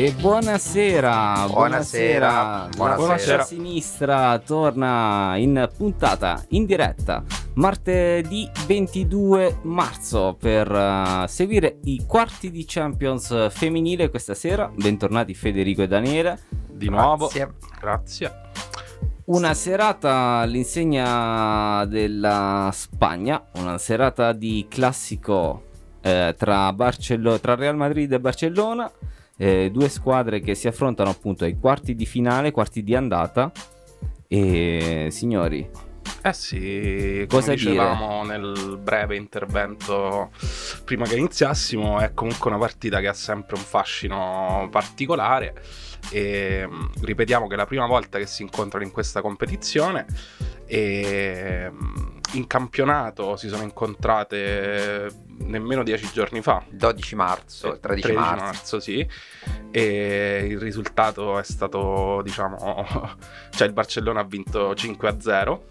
E buonasera. Fascia Sinistra torna in puntata in diretta martedì 22 marzo per seguire i quarti di Champions femminile questa sera. Bentornati Federico e Daniele. Di nuovo. Grazie. Una serata all'insegna della Spagna, una serata di classico tra Real Madrid e Barcellona. Due squadre che si affrontano appunto ai quarti di finale, quarti di andata. E signori, sì, cosa come dicevamo nel breve intervento prima che iniziassimo, è comunque una partita che ha sempre un fascino particolare. E ripetiamo che è la prima volta che si incontrano in questa competizione, e in campionato si sono incontrate nemmeno 10 giorni fa, 12 marzo, 13 marzo, sì. E il risultato è stato, diciamo, cioè il Barcellona ha vinto 5-0,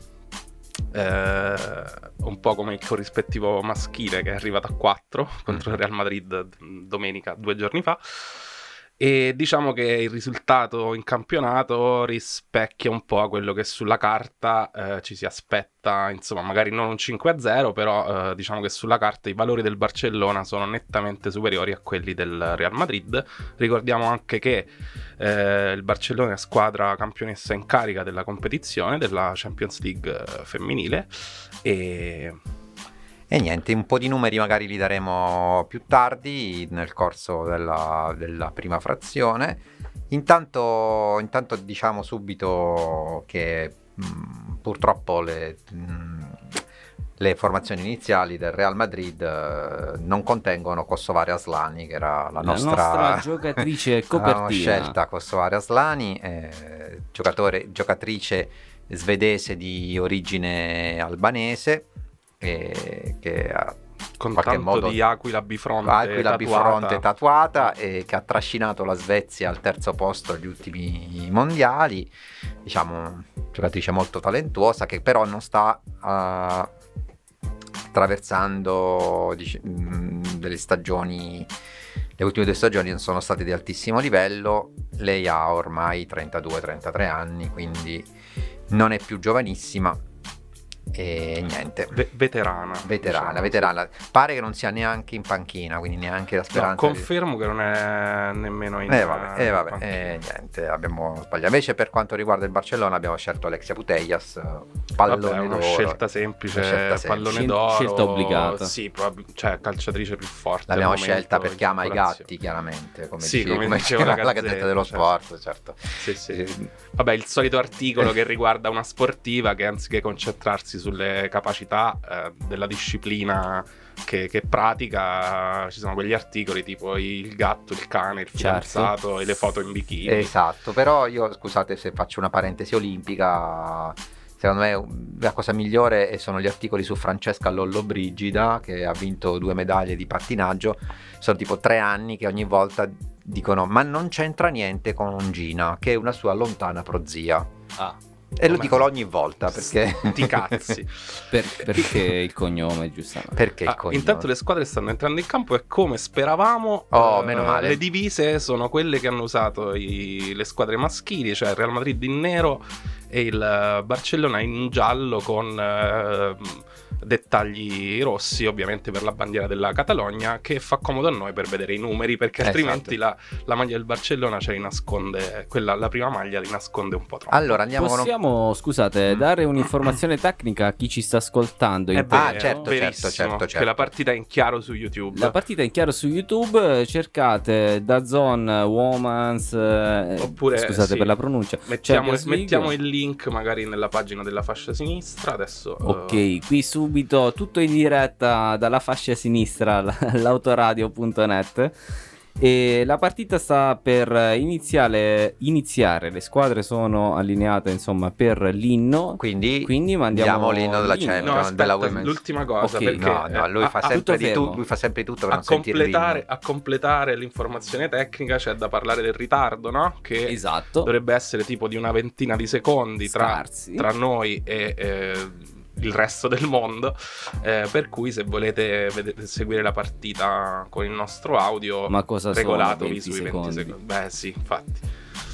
un po' come il corrispettivo maschile che è arrivato a 4 contro il Real Madrid domenica 2 giorni fa. E diciamo che il risultato in campionato rispecchia un po' quello che sulla carta ci si aspetta, insomma, magari non un 5-0, però diciamo che sulla carta i valori del Barcellona sono nettamente superiori a quelli del Real Madrid. Ricordiamo anche che il Barcellona è squadra campionessa in carica della competizione, della Champions League femminile, E niente, un po' di numeri magari li daremo più tardi nel corso della prima frazione. Intanto diciamo subito che purtroppo le formazioni iniziali del Real Madrid non contengono Kosovare Aslani, che era la nostra giocatrice copertina. Scelta Kosovare Aslani, giocatrice svedese di origine albanese, che ha con qualche tanto modo di aquila bifronte tatuata, e che ha trascinato la Svezia al terzo posto agli ultimi mondiali. Diciamo, giocatrice molto talentuosa, che però non sta attraversando delle stagioni. Le ultime 2 stagioni non sono state di altissimo livello. Lei ha ormai 32-33 anni, quindi non è più giovanissima. E niente, veterana. Pare che non sia neanche in panchina, quindi neanche la speranza. No, confermo che non è nemmeno in niente, abbiamo sbagliato. Invece per quanto riguarda il Barcellona abbiamo scelto Alexia Putellas, pallone d'oro. Scelta semplice, pallone d'oro, scelta obbligata. Sì, cioè calciatrice più forte. L'abbiamo scelta perché ama i gatti, chiaramente, come diceva la Gazzetta dello Sport, certo. Sì. Vabbè, il solito articolo che riguarda una sportiva che anziché concentrarsi sulle capacità della disciplina che pratica, ci sono quegli articoli tipo il gatto, il cane, il fidanzato, certo, e le foto in bikini. Esatto, però io, scusate se faccio una parentesi olimpica, secondo me la cosa migliore sono gli articoli su Francesca Lollobrigida, che ha vinto 2 medaglie di pattinaggio. Sono tipo 3 anni che ogni volta dicono ma non c'entra niente con Gina, che è una sua lontana prozia. E lo dicono ogni volta perché ti cazzi. perché il cognome, giustamente. Perché il cognome. Intanto le squadre stanno entrando in campo e come speravamo, meno male, le divise sono quelle che hanno usato le squadre maschili, cioè il Real Madrid in nero e il Barcellona in giallo con dettagli rossi, ovviamente per la bandiera della Catalogna, che fa comodo a noi per vedere i numeri, perché altrimenti la maglia del Barcellona ce li nasconde, la prima maglia li nasconde un po' troppo. Allora possiamo, scusate, dare un'informazione tecnica a chi ci sta ascoltando. Certo, che la partita è in chiaro su YouTube. La partita è in chiaro su YouTube, cercate DAZN Women's, oppure scusate per la pronuncia, mettiamo il link magari nella pagina della fascia sinistra adesso. Ok, qui subito tutto in diretta dalla fascia sinistra, l'autoradio.net. E la partita sta per iniziare, le squadre sono allineate insomma per l'inno, quindi mandiamo l'inno della Champions. No, aspetta, della Women's. L'ultima cosa, okay, perché lui fa sempre di tutto per non sentire l'inno. A completare l'informazione tecnica c'è da parlare del ritardo, no? Che esatto, dovrebbe essere tipo di una ventina di secondi tra noi e il resto del mondo, per cui se volete seguire la partita con il nostro audio, ma cosa regolatevi sono 20 sui 20 secondi? secondi. Beh sì, infatti.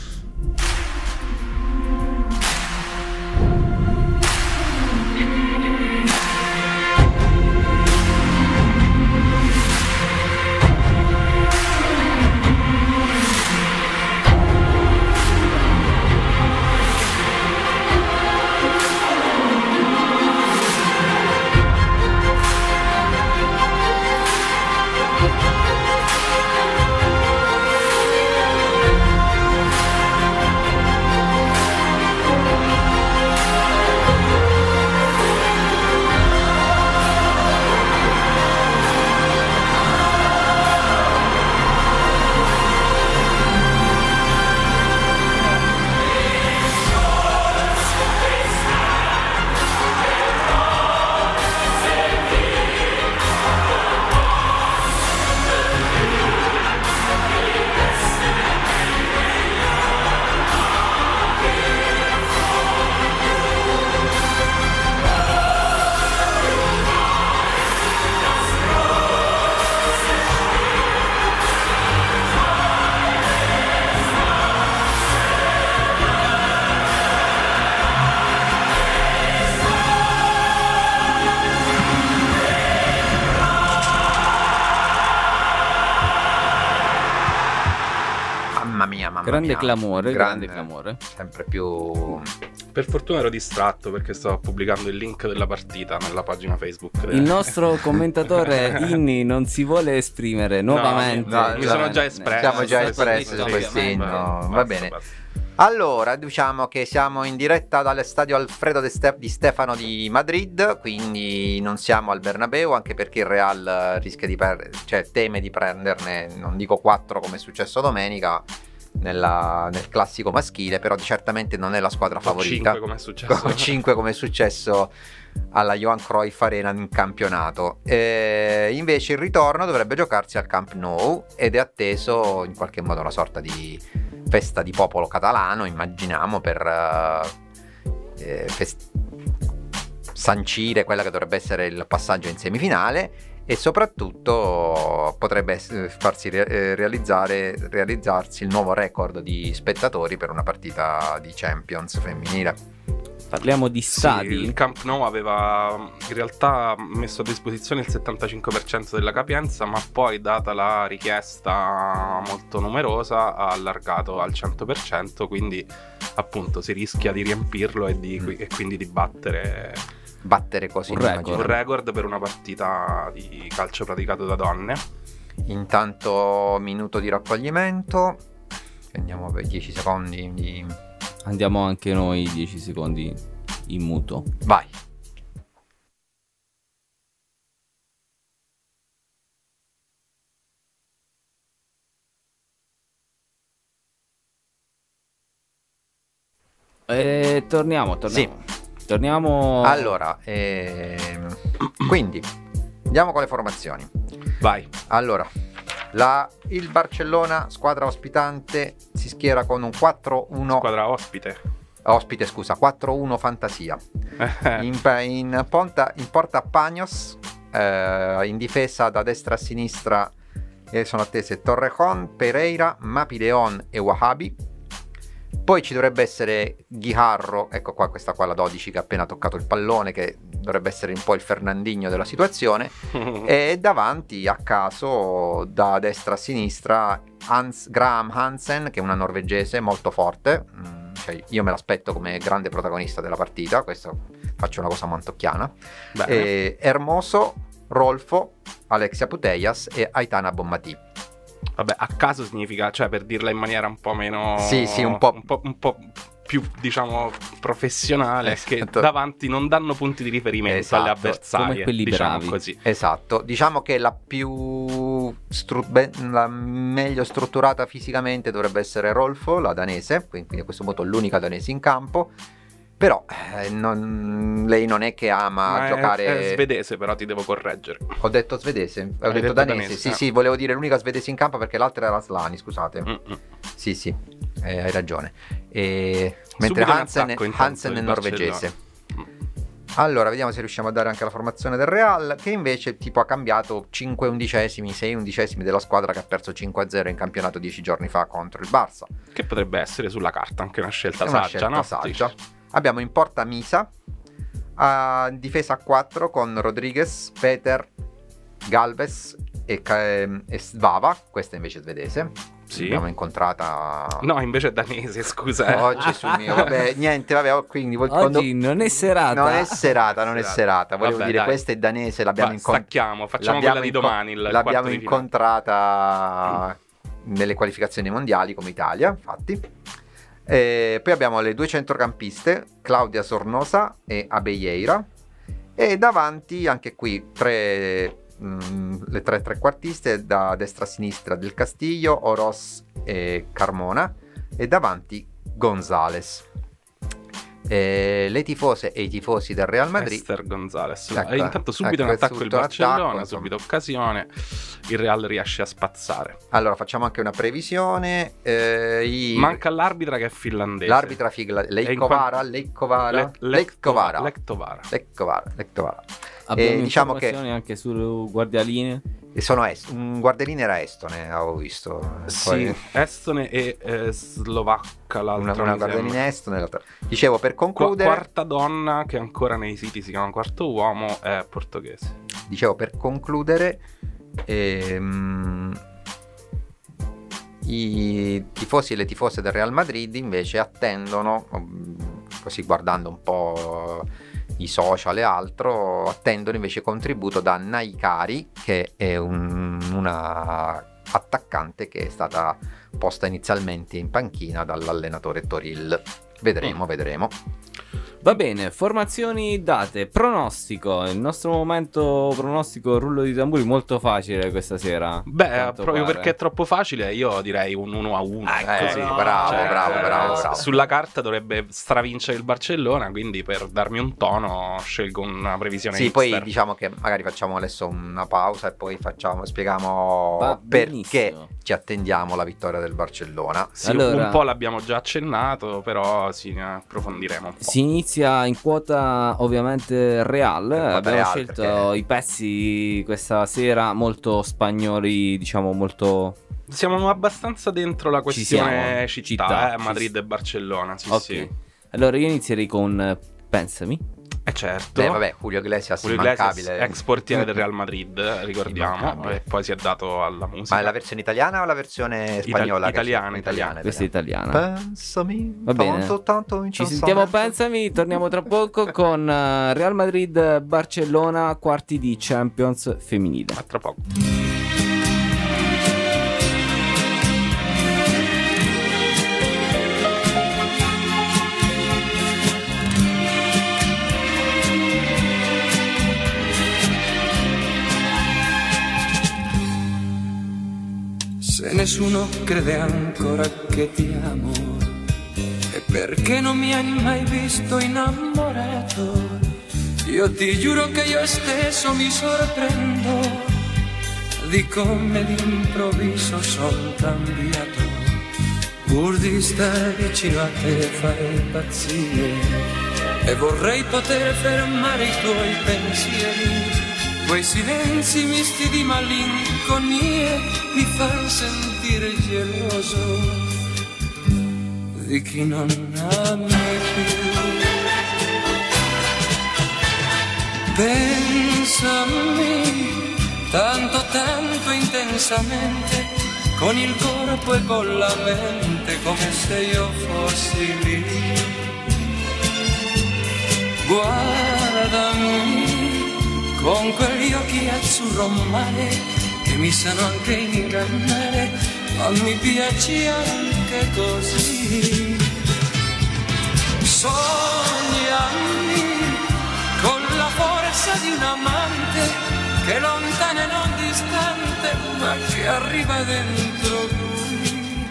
Grande clamore, grande clamore. Sempre più. Per fortuna ero distratto perché stavo pubblicando il link della partita nella pagina Facebook. Il nostro commentatore Inni non si vuole esprimere nuovamente. No, mi sono già espresso. Siamo già espressi su questi. Va bene. Allora, diciamo che siamo in diretta dall'estadio Alfredo Di Stefano di Madrid, quindi non siamo al Bernabeu, anche perché il Real rischia teme di prenderne, non dico 4 come è successo domenica nel classico maschile, però certamente non è la squadra favorita. 5 come è successo. 5 come è successo alla Johan Cruyff Arena in campionato. Invece il ritorno dovrebbe giocarsi al Camp Nou ed è atteso in qualche modo una sorta di festa di popolo catalano, immaginiamo, per sancire quella che dovrebbe essere il passaggio in semifinale, e soprattutto potrebbe farsi realizzarsi il nuovo record di spettatori per una partita di Champions femminile. Parliamo di stadi. Sì, il Camp Nou aveva in realtà messo a disposizione il 75% della capienza, ma poi, data la richiesta molto numerosa, ha allargato al 100%, quindi appunto si rischia di riempirlo e quindi di battere così un record per una partita di calcio praticato da donne. Intanto minuto di raccoglimento, andiamo per 10 secondi Andiamo anche noi 10 secondi in muto. Vai. Torniamo. Sì. Torniamo. Allora, quindi andiamo con le formazioni. Vai. Allora, il Barcellona, squadra ospitante, si schiera con un 4-1. Squadra ospite, scusa, 4-1 fantasia. in porta Paños, in difesa da destra a sinistra sono attese Torrejón, Pereira, Mapileón e Wahabi. Poi ci dovrebbe essere Guijarro, ecco qua, questa qua la 12 che ha appena toccato il pallone, che dovrebbe essere un po' il Fernandinho della situazione. E davanti, a caso, da destra a sinistra, Graham Hansen, che è una norvegese molto forte. Cioè, io me l'aspetto come grande protagonista della partita, questo faccio una cosa montocchiana. Hermoso, Rolfo, Alexia Putellas e Aitana Bonmatí. Vabbè, a caso significa, cioè, per dirla in maniera un po' meno... Sì, un po' più, diciamo, professionale, esatto. Che davanti non danno punti di riferimento, esatto, alle avversarie, come quelli diciamo bravi. Così. Esatto, diciamo che la meglio strutturata fisicamente dovrebbe essere Rolfo, la danese, quindi a questo punto l'unica danese in campo. Però lei non è che ama giocare. È svedese, però ti devo correggere. Ho detto svedese, ho detto danese. Sì, volevo dire l'unica svedese in campo perché l'altra era Slani, scusate. Sì, hai ragione. Mentre Hansen è norvegese. Allora, vediamo se riusciamo a dare anche la formazione del Real, che invece tipo ha cambiato 5 undicesimi, 6 undicesimi della squadra che ha perso 5-0 in campionato 10 giorni fa contro il Barça. Che potrebbe essere sulla carta anche una scelta Una saggia, scelta no? saggia. Abbiamo in porta Misa, a difesa a 4 con Rodriguez, Peter, Galvez e Svava, questa invece è svedese. Sì. L'abbiamo incontrata. No, invece è danese, scusa. Oh Gesù mio, vabbè, niente, vabbè, quindi Oggi non è serata. Non è serata. Volevo Vabbè, dire, dai. questa è danese, l'abbiamo Stacchiamo, facciamo quella di domani. L'abbiamo incontrata nelle qualificazioni mondiali come Italia, infatti. Poi abbiamo le due centrocampiste, Claudia Sornosa e Abelleira. E davanti, anche qui, le tre trequartiste da destra a sinistra del Castillo, Oroz e Carmona, e davanti Gonzales. Le tifose e i tifosi del Real Madrid. Esther Gonzalez. Ecco, Intanto subito in attacco il subito Barcellona, attacco, subito occasione. Il Real riesce a spazzare. Allora facciamo anche una previsione. Manca l'arbitra che è finlandese. L'arbitra Lektovara. Abbiamo diciamo informazioni anche su guardialine. Un guardialine era estone, avevo visto. Sì, Poi estone e slovacca l'altra. una guardialine estone, l'altra. Dicevo, per concludere, quarta donna, che ancora nei siti si chiama quarto uomo, è portoghese. Dicevo, per concludere, i tifosi e le tifose del Real Madrid invece attendono, così guardando un po' i social e altro, attendono invece contributo da Naikari, che è una attaccante che è stata posta inizialmente in panchina dall'allenatore Toril. Vedremo. Va bene, formazioni date, pronostico, il nostro momento pronostico, rullo di tamburi molto facile questa sera. Beh, proprio perché è troppo facile, io direi un 1-1. Così, bravo. Sulla carta dovrebbe stravincere il Barcellona, quindi per darmi un tono scelgo una previsione. Sì, hipster. poi diciamo che magari facciamo adesso una pausa e poi spieghiamo Va perché benissimo. ci attendiamo la vittoria del Barcellona. Sì, allora, un po' l'abbiamo già accennato, però ne approfondiremo un po'. Si inizia in quota ovviamente Real. Abbiamo Real, scelto perché i pezzi questa sera molto spagnoli, diciamo molto. Siamo abbastanza dentro la questione città, Madrid sì. e Barcellona. Sì, Ok. sì. Allora io inizierei con Pensami. Certo. Beh, vabbè, Julio Iglesias Julio Iglesias, immancabile. ex portiere del Real Madrid, ricordiamo, Immancabile. e poi si è dato alla musica. Ma è la versione italiana o la versione spagnola? Italiana. Questa è italiana. Pensami. Va bene. Tanto Ci sentiamo, Pensami, torniamo tra poco con Real Madrid Barcellona, quarti di Champions femminile. A tra poco. Se nessuno crede ancora che ti amo, è perché non mi hai mai visto innamorato. Io ti giuro che io stesso mi sorprendo di come d'improvviso sono cambiato. Pur di stare vicino a te farei pazzie e vorrei poter fermare i tuoi pensieri. Quei silenzi misti di malinconie mi fanno sentire geloso di chi non ami più. Pensami tanto intensamente, con il corpo e con la mente, come se io fossi lì. Guardami con quegli occhi azzurro mare che mi sanno anche ingannare, ma mi piace anche così. Sognami con la forza di un amante che è lontano e non distante, ma che arriva dentro lui.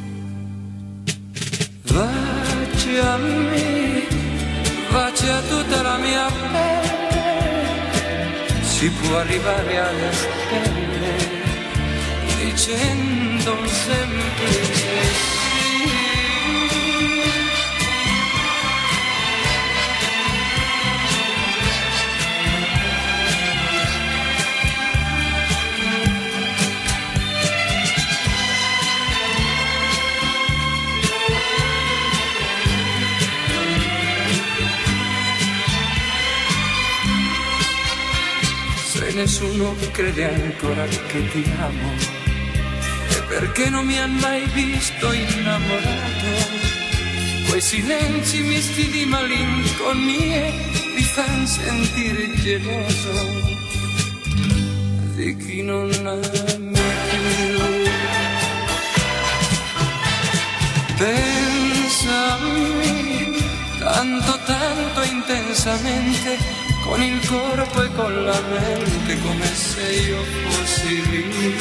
Bacia tutta la mia pelle, si può arrivare alle stelle dicendo un semplice sì. se nessuno crede ancora che ti amo, e perché non mi han mai visto innamorato. Quei silenzi misti di malinconie mi fan sentire geloso di chi non ami più. Pensami tanto tanto intensamente, con il corpo e con la mente, come se io fossi lì.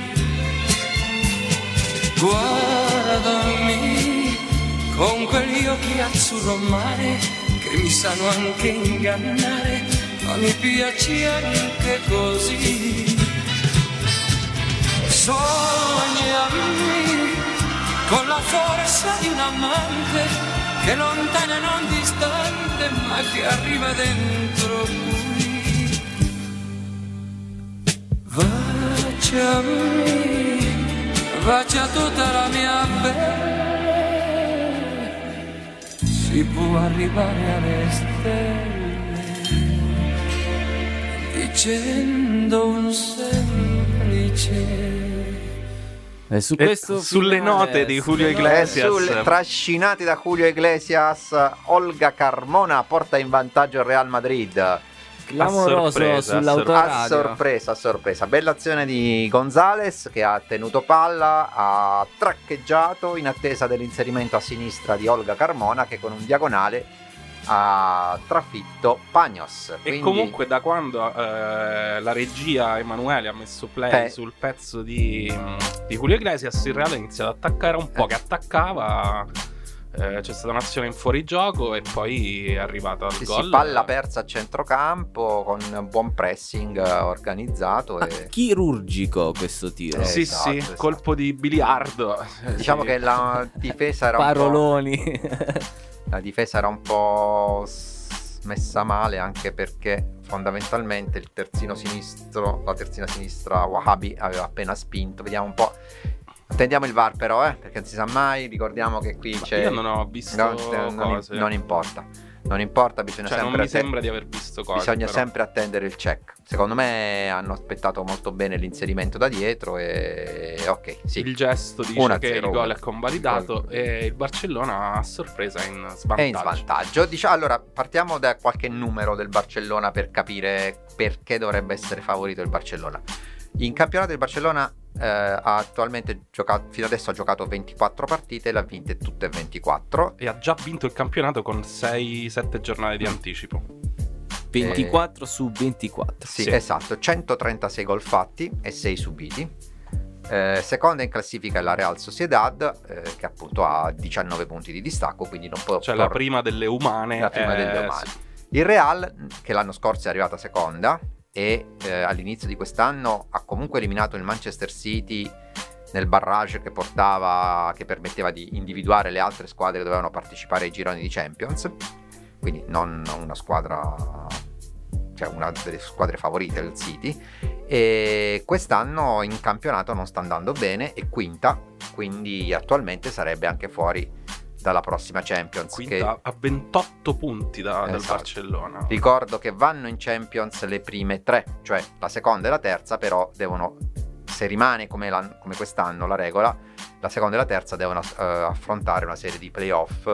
Guardami con quegli occhi azzurro mare che mi sanno anche ingannare, ma mi piaci anche così. Sognami con la forza di un amante che lontana e non distante, ma che arriva dentro qui. Baciami, bacia tutta la mia pelle, si può arrivare alle stelle dicendo un semplice. E su questo sulle note di Julio Iglesias, trascinati da Julio Iglesias, Olga Carmona porta in vantaggio il Real Madrid. Clamoroso sull'autoradio. A sorpresa. Bella azione di Gonzalez che ha tenuto palla, ha traccheggiato in attesa dell'inserimento a sinistra di Olga Carmona, che con un diagonale ha trafitto Paños. E comunque da quando la regia Emanuele ha messo play sul pezzo di Julio Iglesias, il Real ha iniziato ad attaccare un po' che attaccava. C'è stata un'azione in fuorigioco e poi è arrivata al gol. Palla persa a centrocampo con buon pressing organizzato e chirurgico questo tiro. Esatto. Colpo di biliardo. Diciamo che la difesa era paroloni. La difesa era un po' messa male, anche perché fondamentalmente la terzina sinistra Wahhabi aveva appena spinto. Vediamo un po'. Attendiamo il VAR però, perché non si sa mai. Ricordiamo che qui c'è. Io non ho visto cose. Non importa, bisogna sempre. Non mi sembra di aver visto cose. Bisogna però sempre attendere il check. Secondo me hanno aspettato molto bene l'inserimento da dietro e ok, sì. Il gesto dice che il gol è convalidato e il Barcellona a sorpresa è in svantaggio. È in svantaggio. Allora, partiamo da qualche numero del Barcellona per capire perché dovrebbe essere favorito il Barcellona. In campionato il Barcellona ha attualmente giocato, fino adesso ha giocato 24 partite e le ha vinte tutte e 24 e ha già vinto il campionato con 6-7 giornate di anticipo. 24 su 24. Sì, esatto, 136 gol fatti e 6 subiti. Seconda in classifica è la Real Sociedad, che appunto ha 19 punti di distacco, quindi non può... Cioè la prima delle umane. Sì. Il Real, che l'anno scorso è arrivata seconda e all'inizio di quest'anno ha comunque eliminato il Manchester City nel barrage che permetteva di individuare le altre squadre che dovevano partecipare ai gironi di Champions, quindi non una squadra, cioè una delle squadre favorite del City, e quest'anno in campionato non sta andando bene, è quinta, quindi attualmente sarebbe anche fuori dalla prossima Champions, quinta, che a 28 punti dal Barcellona. Ricordo che vanno in Champions le prime 3, cioè la seconda e la terza, però devono, se rimane come quest'anno la regola, la seconda e la terza devono affrontare una serie di playoff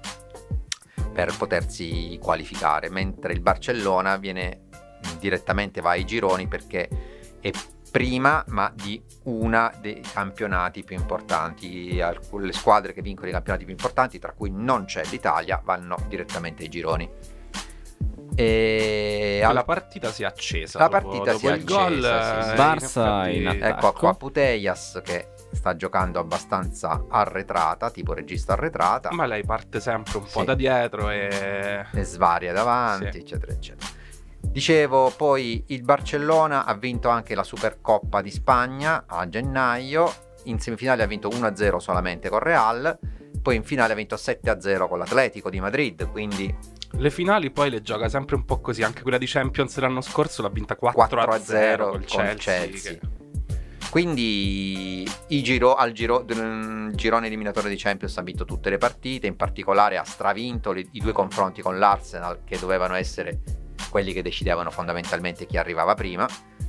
per potersi qualificare, mentre il Barcellona direttamente va ai gironi perché è prima, ma di una dei campionati più importanti. Le squadre che vincono i campionati più importanti, tra cui non c'è l'Italia, vanno direttamente ai gironi. E la partita si è accesa. La partita si è accesa. Gol, sì. Barça in attacco. Ecco qua Putellas che sta giocando abbastanza arretrata, tipo regista arretrata. Ma lei parte sempre un po' da dietro e svaria davanti, eccetera, eccetera. Dicevo, poi il Barcellona ha vinto anche la Supercoppa di Spagna a gennaio, in semifinale ha vinto 1-0 solamente con Real, poi in finale ha vinto 7-0 con l'Atletico di Madrid, quindi... Le finali poi le gioca sempre un po' così, anche quella di Champions l'anno scorso l'ha vinta 4-0 col Chelsea. Che... Quindi al girone eliminatorio di Champions ha vinto tutte le partite, in particolare ha stravinto i due confronti con l'Arsenal, che dovevano essere quelli che decidevano fondamentalmente chi arrivava prima,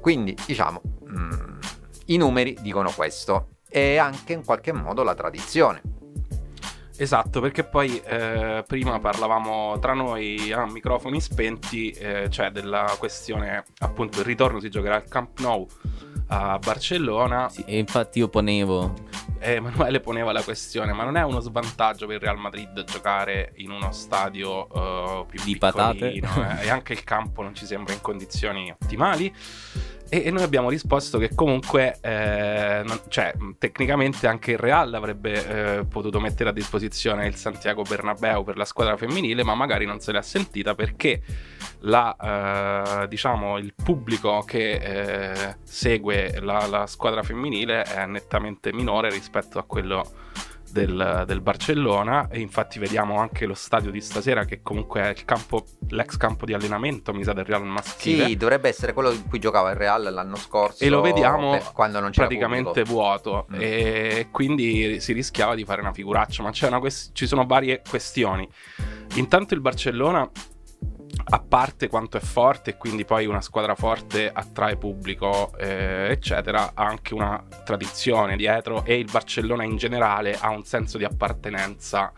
Quindi diciamo i numeri dicono questo, e anche in qualche modo la tradizione. Esatto, perché poi prima parlavamo tra noi a microfoni spenti, cioè della questione, appunto il ritorno si giocherà al Camp Nou a Barcellona. Sì, e infatti io ponevo... Emanuele poneva la questione, ma non è uno svantaggio per il Real Madrid giocare in uno stadio più di piccolino, patate? E anche il campo non ci sembra in condizioni ottimali? E noi abbiamo risposto che comunque cioè, tecnicamente anche il Real avrebbe potuto mettere a disposizione il Santiago Bernabéu per la squadra femminile, ma magari non se l'ha sentita perché diciamo il pubblico che segue la squadra femminile è nettamente minore rispetto a quello del Barcellona, e infatti vediamo anche lo stadio di stasera che comunque è l'ex campo di allenamento, mi sa, del Real maschile. Sì, dovrebbe essere quello in cui giocava il Real l'anno scorso, e lo vediamo quando non c'era praticamente pubblico. vuoto, e quindi si rischiava di fare una figuraccia, ma ci sono varie questioni. Intanto il Barcellona, a parte quanto è forte, e quindi poi una squadra forte attrae pubblico, eccetera, ha anche una tradizione dietro, e il Barcellona in generale ha un senso di appartenenza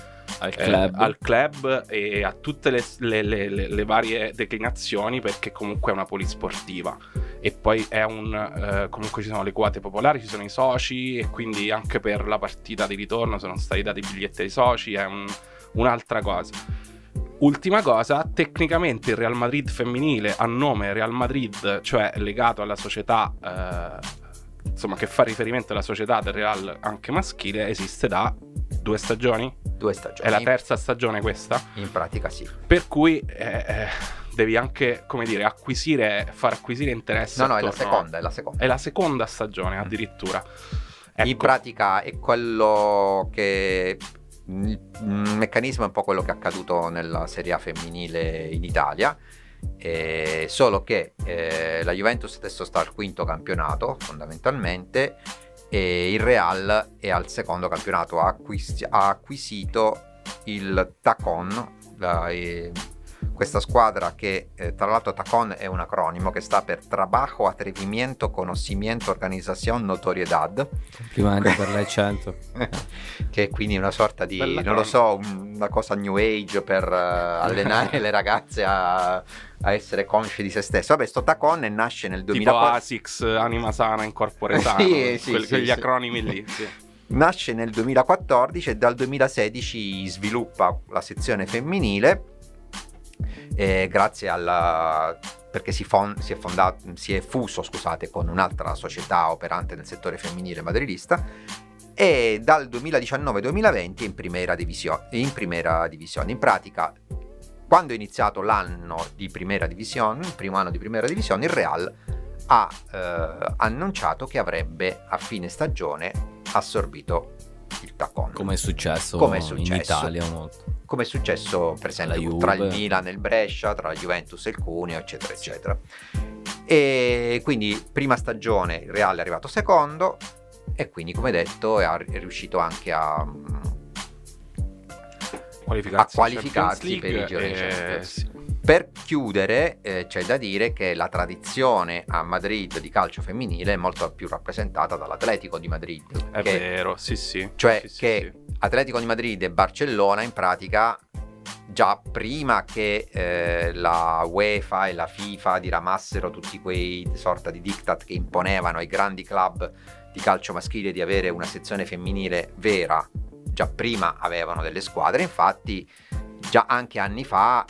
al club e a tutte le varie declinazioni, perché comunque è una polisportiva, e poi è comunque ci sono le quote popolari, ci sono i soci, e quindi anche per la partita di ritorno sono stati dati i biglietti ai soci, è un'altra cosa. Ultima cosa, tecnicamente il Real Madrid femminile a nome Real Madrid, cioè legato alla società, insomma, che fa riferimento alla società del Real anche maschile, esiste da 2 stagioni? 2 stagioni. È la terza stagione questa? In pratica sì. Per cui devi anche, come dire, far acquisire interesse. No, è la seconda. È la seconda stagione addirittura. Ecco. In pratica è quello che... Il meccanismo è un po' quello che è accaduto nella Serie A femminile in Italia, solo che la Juventus adesso sta al 5° campionato fondamentalmente, e il Real è al 2° campionato, ha acquisito il Tacon, questa squadra che tra l'altro Tacon è un acronimo che sta per Trabajo, Atrevimiento, Conocimiento, Organización, Notoriedad. Complimenti per l'accento. Che è quindi una sorta di, Bella non lo so, una cosa new age per allenare le ragazze a essere consci di se stesse. Vabbè, sto Tacon nasce nel 2004. Tipo ASICS, Anima Sana, Incorpore Sano, quegli acronimi lì. Sì. Nasce nel 2014 e dal 2016 sviluppa la sezione femminile, grazie perché si è fuso con un'altra società operante nel settore femminile madridista, e dal 2019-2020 in primera divisione. In pratica, quando è iniziato l'anno di primera divisione, il primo anno di primera divisione, il Real ha annunciato che avrebbe a fine stagione assorbito il Tacon. Come è successo in Italia molto. Come è successo per esempio tra il Milan e il Brescia, tra la Juventus e il Cuneo, eccetera eccetera. E quindi prima stagione il Real è arrivato secondo, e quindi, come detto, è riuscito anche a qualificarsi per i gironi Champions. Sì. Per chiudere, c'è da dire che la tradizione a Madrid di calcio femminile è molto più rappresentata dall'Atletico di Madrid. È vero, sì. Cioè sì, che sì. Atletico di Madrid e Barcellona in pratica, già prima che la UEFA e la FIFA diramassero tutti quei sorta di diktat che imponevano ai grandi club di calcio maschile di avere una sezione femminile vera, già prima avevano delle squadre. Infatti già anche anni fa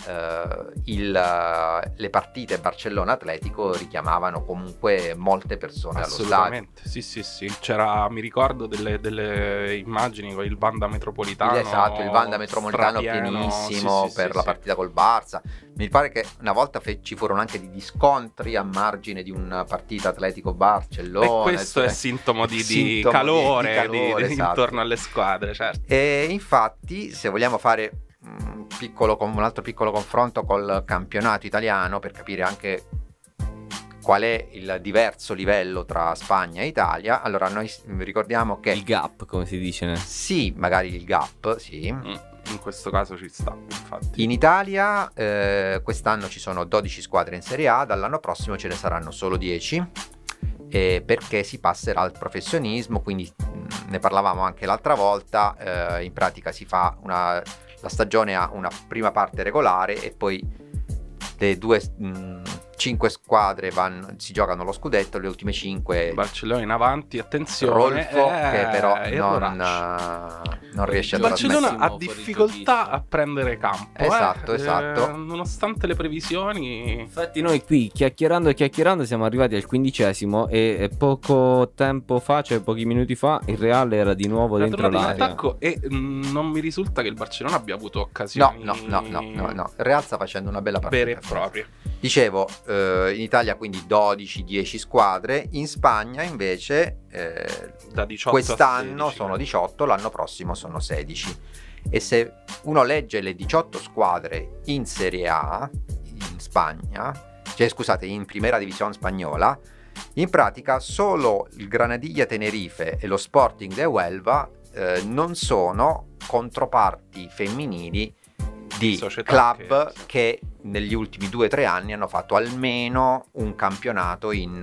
le partite Barcellona-Atletico richiamavano comunque molte persone allo stadio. Assolutamente, sì. Mi ricordo delle immagini con il Vanda Metropolitano. Esatto, il Vanda Metropolitano pienissimo per la partita col Barça. Mi pare che una volta ci furono anche degli scontri a margine di una partita Atletico-Barcellona. E questo è sintomo di calore, esatto, intorno alle squadre, certo. E infatti, se vogliamo fare un altro piccolo confronto col campionato italiano, per capire anche qual è il diverso livello tra Spagna e Italia, allora noi ricordiamo che il gap, come si dice, sì, magari il gap, sì. in questo caso ci sta, infatti. In Italia quest'anno ci sono 12 squadre in Serie A, dall'anno prossimo ce ne saranno solo 10, perché si passerà al professionismo, quindi ne parlavamo anche l'altra volta, in pratica si fa la stagione ha una prima parte regolare e poi le 5 squadre si giocano lo scudetto, le ultime 5 Barcellona in avanti, attenzione, Rolfo che però non riesce a il Barcellona ha difficoltà a prendere campo, esatto. Nonostante le previsioni. Infatti noi qui chiacchierando siamo arrivati al 15° e poco tempo fa, cioè pochi minuti fa, il Real era di nuovo dentro l'area e non mi risulta che il Barcellona abbia avuto occasioni. No. Il Real sta facendo una bella partita vere e proprie. Dicevo, in Italia quindi 12-10 squadre, in Spagna invece da 18 quest'anno 16, sono 18, l'anno prossimo sono 16. E se uno legge le 18 squadre in Serie A in Spagna, cioè scusate, in Primera División spagnola, in pratica solo il Granadilla Tenerife e lo Sporting de Huelva non sono controparti femminili di club che negli ultimi 2-3 anni hanno fatto almeno un campionato in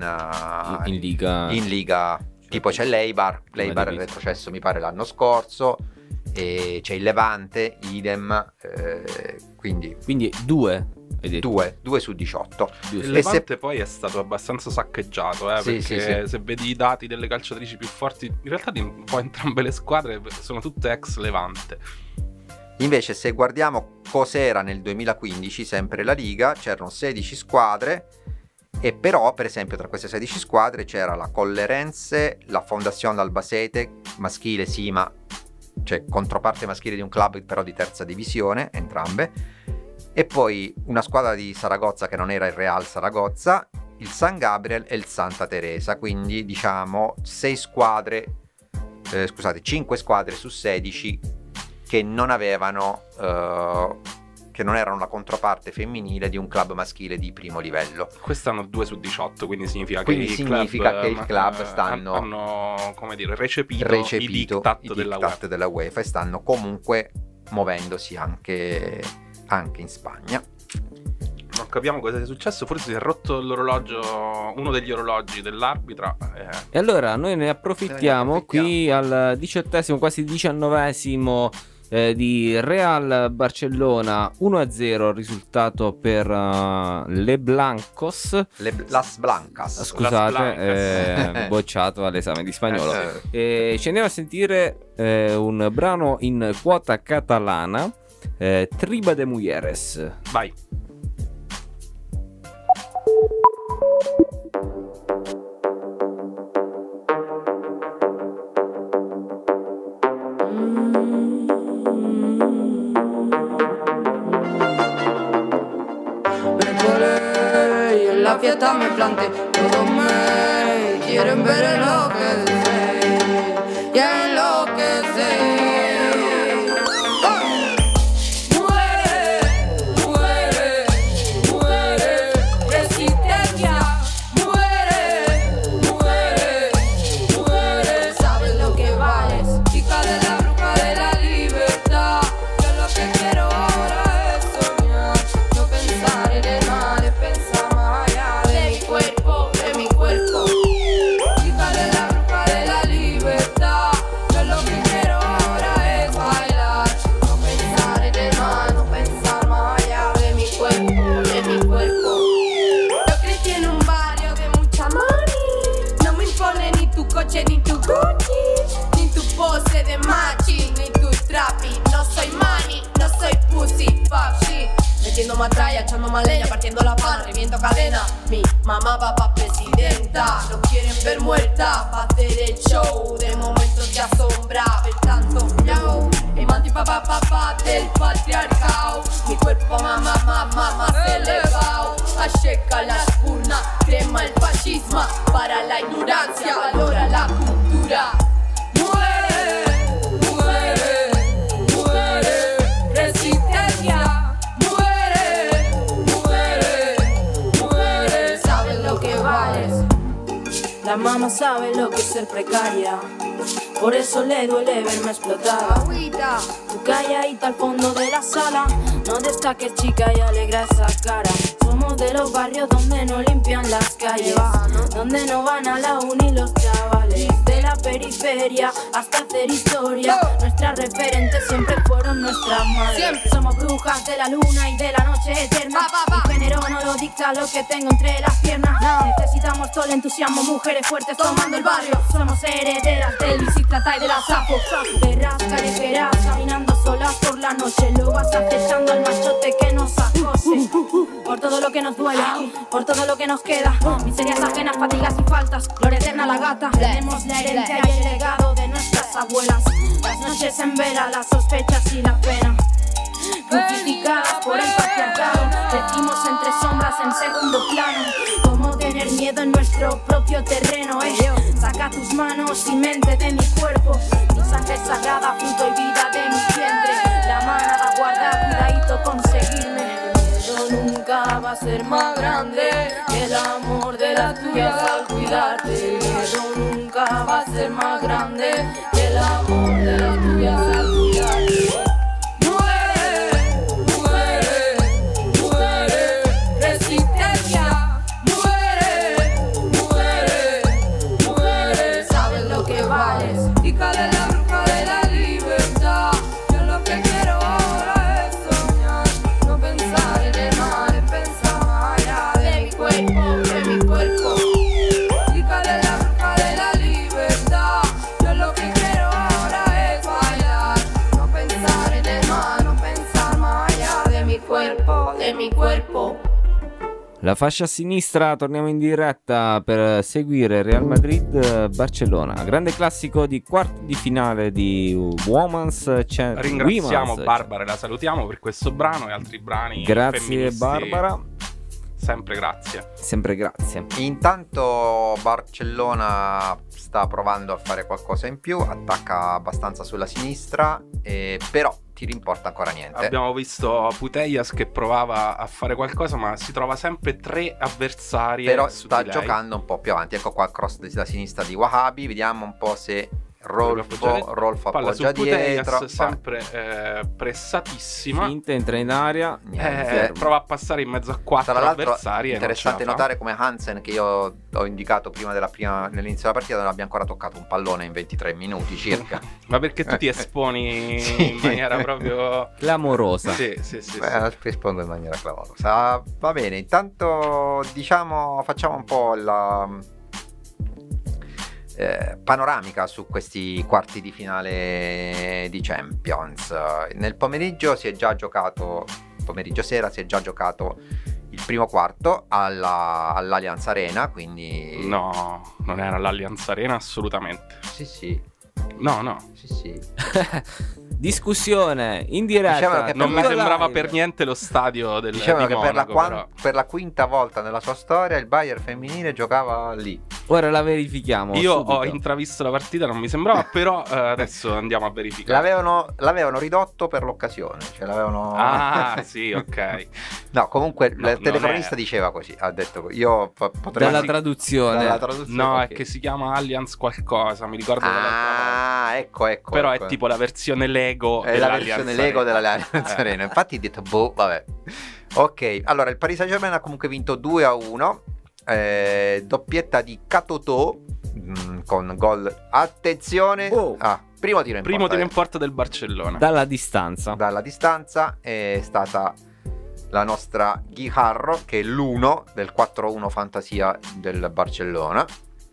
liga. Tipo c'è l'Eibar è retrocesso mi pare l'anno scorso, e c'è il Levante idem, quindi 2 su 18. Il Levante poi è stato abbastanza saccheggiato, perché se vedi i dati delle calciatrici più forti, in realtà di un po' entrambe le squadre sono tutte ex Levante. Invece se guardiamo cos'era nel 2015, sempre la Liga, c'erano 16 squadre e però per esempio tra queste 16 squadre c'era la Collerense, la Fondazione Albacete, maschile Sima, cioè controparte maschile di un club però di terza divisione, entrambe, e poi una squadra di Saragozza che non era il Real Saragozza, il San Gabriel e il Santa Teresa, quindi diciamo 5 squadre su 16 che non avevano che non erano la controparte femminile di un club maschile di primo livello. Quest'anno 2 su 18, quindi significa che il club hanno come dire recepito i diktat della UEFA e stanno comunque muovendosi anche in Spagna. Non capiamo cosa sia successo, forse si è rotto l'orologio, uno degli orologi dell'arbitra. E allora noi ne approfittiamo qui al 18°, quasi 19° di Real Barcellona 1-0 il risultato per Le Blancos. Las Blancas. Scusate, bocciato all'esame di spagnolo. Ci andiamo a sentire un brano in quota catalana, Triba de Mujeres. Vai. La fiesta me planté, todos me quieren ver enloquecer y enloquecer. Muere, resistencia. Muere, sabes lo que vales, chica de la bruja de la libertad. Yo lo que quiero ahora es soñar, no pensar en el mal, es pensar más allá de mi cuerpo. Chica de la bruja de la libertad. Yo lo que quiero ahora es bailar, no pensar en el mal, no pensar más allá de mi cuerpo. Yo crecí en un barrio de mucha money, no me impone ni tu coche ni tu Gucci, ni tu pose de machi, ni tu trapi. No soy money, no soy pussy, fuck shit. Metiendo matralla, echando más leña, partiendo la pan, reviento cadena. Mi mamá va pa' presidenta, no quieren ver muerta, pa' hacer el show. De momento te asombra ver tanto flow. Emancipa del patriarcado. Mi cuerpo más elevado. Acheca la espurna, crema el fascismo. Para la ignorancia, valora la cultura. Muere, resistencia. Muere, sabes lo que vales. La mamá sabe lo que es ser precaria, por eso le duele verme explotada. Agüita. Tu Tú calladita al fondo de la sala, no destaques chica y alegra esa cara. Somos de los barrios donde no limpian las calles, donde no van a la uni los chavales. De la periferia hasta hacer historia, nuestras referentes siempre fueron nuestras madres. Somos brujas de la luna y de la noche eterna. Mi género no lo dicta lo que tengo entre las piernas. Necesitamos todo el entusiasmo, mujeres fuertes tomando el barrio. Somos herederas del Lisistrata y de la Sapo. Perras callejeras caminando solas por la noche. Lo vas acechando al machote que nos acose. Por todo lo que nos duele, por todo lo que nos queda. Miserias ajenas, fatigas y faltas. Gloria eterna a la gata. Tenemos la herencia y el legado de nuestras abuelas. Las noches en vela, las sospechas y la pena. Crucificadas por el patriarcado, decimos entre sombras en segundo plano. Cómo tener miedo en nuestro propio terreno, Saca tus manos y mente de mi cuerpo. Mi sangre es sagrada, fruto y vida de mi vientre. La manada guarda, cuidadito conseguirme. El miedo nunca va a ser más grande que el amor de las tuyas al cuidarte. El miedo nunca va a ser más grande que el amor de las tuyas al cuidarte. Hija de la bruja de la libertad, yo lo que quiero ahora es soñar, no pensar en el mal, es pensar más allá de mi cuerpo, de mi cuerpo. Hija de la bruja de la libertad, yo lo que quiero ahora es bailar, no pensar en el mal, no pensar más allá de mi cuerpo, de mi cuerpo. La fascia a sinistra, torniamo in diretta per seguire Real Madrid-Barcellona, grande classico di quarti di finale di Women's Ringraziamo Women's. Barbara e la salutiamo per questo brano e altri brani. Grazie femministi. Barbara. Sempre grazie. Sempre grazie. Intanto Barcellona sta provando a fare qualcosa in più, attacca abbastanza sulla sinistra, però ti rimporta ancora niente. Abbiamo visto Putellas che provava a fare qualcosa, ma si trova sempre tre avversari. Però su sta di lei. giocando un po' più avanti. Ecco qua il cross da sinistra di Wahhabi, vediamo un po' se Rolfo palla su appoggia Putellas, dietro, sempre pressatissima. Finta, entra in aria. niente. Prova a passare in mezzo a quattro Tra l'altro avversari. interessante e non ce la fa. notare come Hansen, che io ho indicato nell'inizio della partita, non abbia ancora toccato un pallone in 23 minuti circa. Ma perché tu ti esponi Sì. in maniera proprio Clamorosa. sì. Rispondo in maniera clamorosa. Va bene, intanto diciamo facciamo un po' la panoramica su questi quarti di finale di Champions. Nel pomeriggio si è già giocato, pomeriggio sera si è già giocato il primo quarto all'Allianz Arena, quindi No, non era l'Allianz Arena assolutamente. sì. No. Sì. Discussione in diretta. Dicevano che Non mi tutto sembrava live. per niente lo stadio del Dicevano di che Monaco, però. per la quinta volta nella sua storia il Bayern femminile giocava lì. Ora la verifichiamo. Io subito. ho intravisto la partita, non mi sembrava, però adesso andiamo a verificare. L'avevano ridotto per l'occasione, cioè l'avevano... Ah, sì, ok. No, comunque No, il non telecronista è- diceva così, ha detto così. Io potrei... Dalla traduzione. Dalla traduzione, No, ok. è che si chiama Allianz qualcosa, mi ricordo dall'altra volta. Ah, ecco. Però ecco. è tipo la versione Lego È la dell'Allianz versione Lego Arena. dell'Allianz Arena. Infatti ho detto, vabbè. Ok, allora il Paris Saint-Germain ha comunque vinto 2-1. Doppietta di Katoto con gol. Attenzione. Oh. Primo tiro in Primo porta, tiro in porta del Barcellona. Dalla distanza. dalla distanza è stata la nostra Guijarro, che è l'1 del 4-1 fantasia del Barcellona,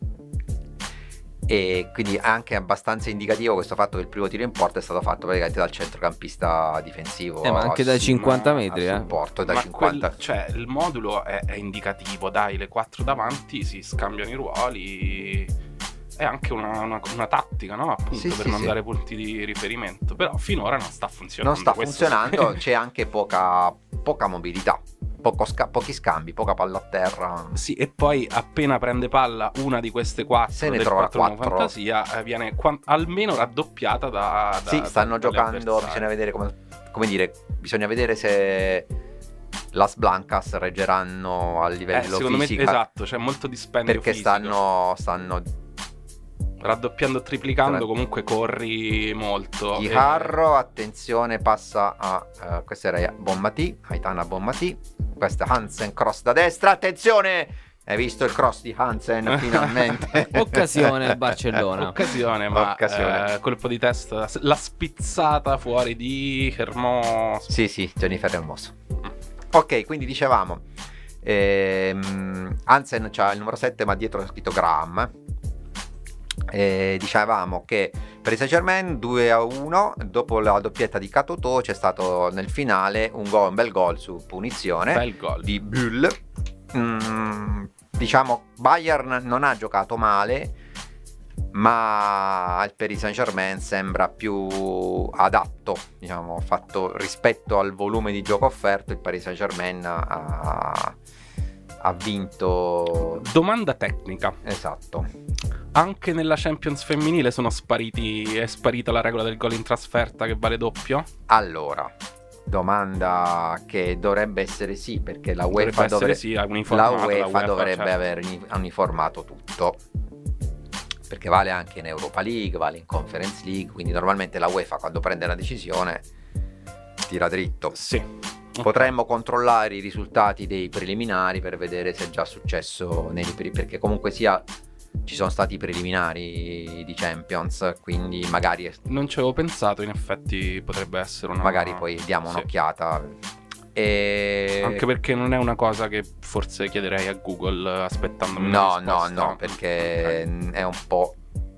e quindi è anche abbastanza indicativo questo fatto che il primo tiro in porta è stato fatto praticamente dal centrocampista difensivo, Ma anche dai 50 metri, a supporto, dai Ma 50. cioè il modulo è indicativo, dai, le quattro davanti si scambiano i ruoli. È anche una tattica, no? Appunto, Sì, per sì, non sì. dare punti di riferimento. Però finora non sta funzionando. Non sta questo funzionando, sì. c'è anche poca mobilità, pochi scambi, poca palla a terra. Sì, e poi appena prende palla una di queste quattro Se ne del trova 4-1 quattro. fantasia, viene almeno raddoppiata da Sì, stanno dagli giocando, avversari. bisogna vedere come dire, bisogna vedere se Las Blancas reggeranno a livello Secondo fisico, me esatto, c'è molto dispendio perché fisico. stanno raddoppiando, triplicando, comunque corri molto. Di Harro, attenzione, passa a questa era Bonmatí, Aitana Bonmatí, questa Hansen, cross da destra, attenzione, hai visto il cross di Hansen finalmente. Occasione Barcellona. Occasione, ma colpo di testa, la spizzata fuori di Hermoso. Sì, Jennifer Hermoso. Ok, quindi dicevamo Hansen c'ha il numero 7 ma dietro è scritto Graham. Dicevamo che per il Saint-Germain 2-1 dopo la doppietta di Katoto c'è stato nel finale un bel gol su punizione, Bel gol di Bull. Diciamo Bayern non ha giocato male, ma per il Saint-Germain sembra più adatto, diciamo, fatto rispetto al volume di gioco offerto. Il Paris Saint-Germain ha vinto. Domanda tecnica. Esatto. Anche nella Champions femminile è sparita la regola del gol in trasferta che vale doppio? Allora, domanda che dovrebbe essere sì, perché la UEFA dovrebbe aver uniformato tutto, perché vale anche in Europa League, vale in Conference League, quindi normalmente la UEFA quando prende una decisione tira dritto. Sì. Potremmo controllare i risultati dei preliminari per vedere se è già successo perché comunque sia ci sono stati i preliminari di Champions, quindi magari non ci avevo pensato, in effetti potrebbe essere una... Magari poi diamo un'occhiata. Anche perché non è una cosa che forse chiederei a Google aspettandomi una risposta. No, perché è un po'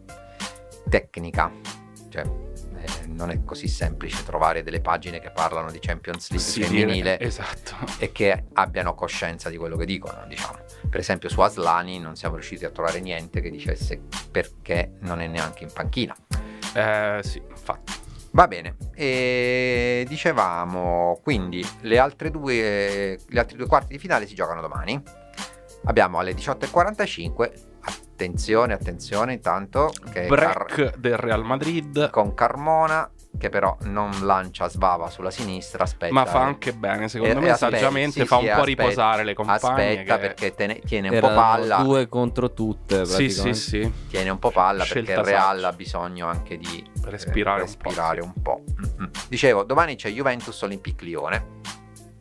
tecnica, cioè non è così semplice trovare delle pagine che parlano di Champions League femminile, esatto, e che abbiano coscienza di quello che dicono, diciamo. Per esempio su Aslani non siamo riusciti a trovare niente che dicesse perché non è neanche in panchina. Sì, infatti. Va bene, e dicevamo quindi gli altri due quarti di finale si giocano domani. Abbiamo alle 18:45. Attenzione intanto che break del Real Madrid con Carmona, che però non lancia Svava sulla sinistra, aspetta, ma fa anche bene secondo me, saggiamente fa un po' riposare le compagne, perché tiene un po' palla, 2 contro tutte praticamente. sì. Tiene un po' palla Scelta perché il Real saggia. ha bisogno anche di respirare un po'. Dicevo, domani c'è Juventus Olympique Lione.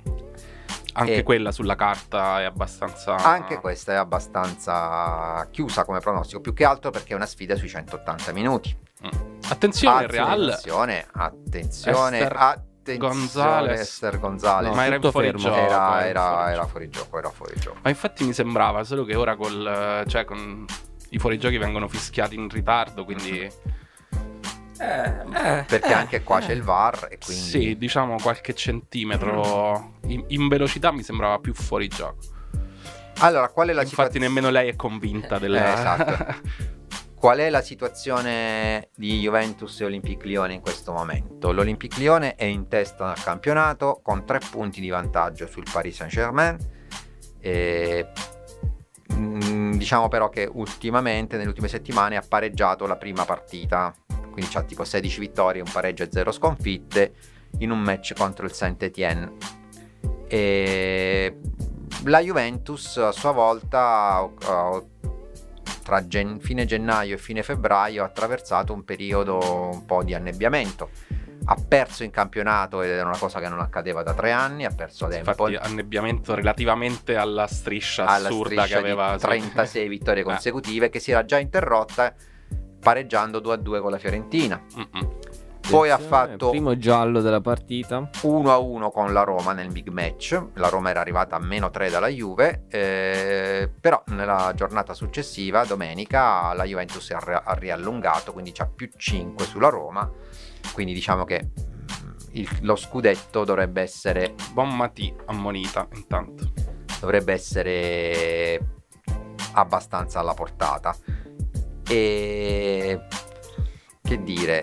Anche quella sulla carta è abbastanza... Anche questa è abbastanza chiusa come pronostico, più che altro perché è una sfida sui 180 minuti. Attenzione il Real. Attenzione Gonzalez. Esther Gonzalez. No, ma era in fuori gioco. Era fuori gioco. Ma infatti mi sembrava, solo che ora con i fuorigiochi vengono fischiati in ritardo, quindi... perché anche qua c'è il VAR e quindi... Sì, diciamo qualche centimetro in velocità mi sembrava più fuori gioco. Allora, qual è la Infatti nemmeno lei è convinta della... Esatto. Qual è la situazione di Juventus e Olympique Lione in questo momento? L'Olympique Lione è in testa al campionato con 3 punti di vantaggio sul Paris Saint-Germain. Diciamo però che nelle ultime settimane ha pareggiato la prima partita, quindi c'ha tipo 16 vittorie, un pareggio e 0 sconfitte in un match contro il Saint-Étienne. E la Juventus a sua volta tra fine gennaio e fine febbraio ha attraversato un periodo un po' di annebbiamento. Ha perso in campionato ed era una cosa che non accadeva da 3 anni, ha perso ad Empoli. Infatti annebbiamento relativamente alla striscia assurda che aveva, 36 vittorie consecutive, che si era già interrotta pareggiando 2-2 con la Fiorentina. Poi ha fatto primo giallo della partita, 1-1 con la Roma nel big match. La Roma era arrivata a -3 dalla Juve, però nella giornata successiva, domenica, la Juventus ha riallungato, quindi c'ha più 5 sulla Roma. Quindi diciamo che lo scudetto dovrebbe essere... Bonmatí ammonita intanto. Dovrebbe essere abbastanza alla portata. E che dire,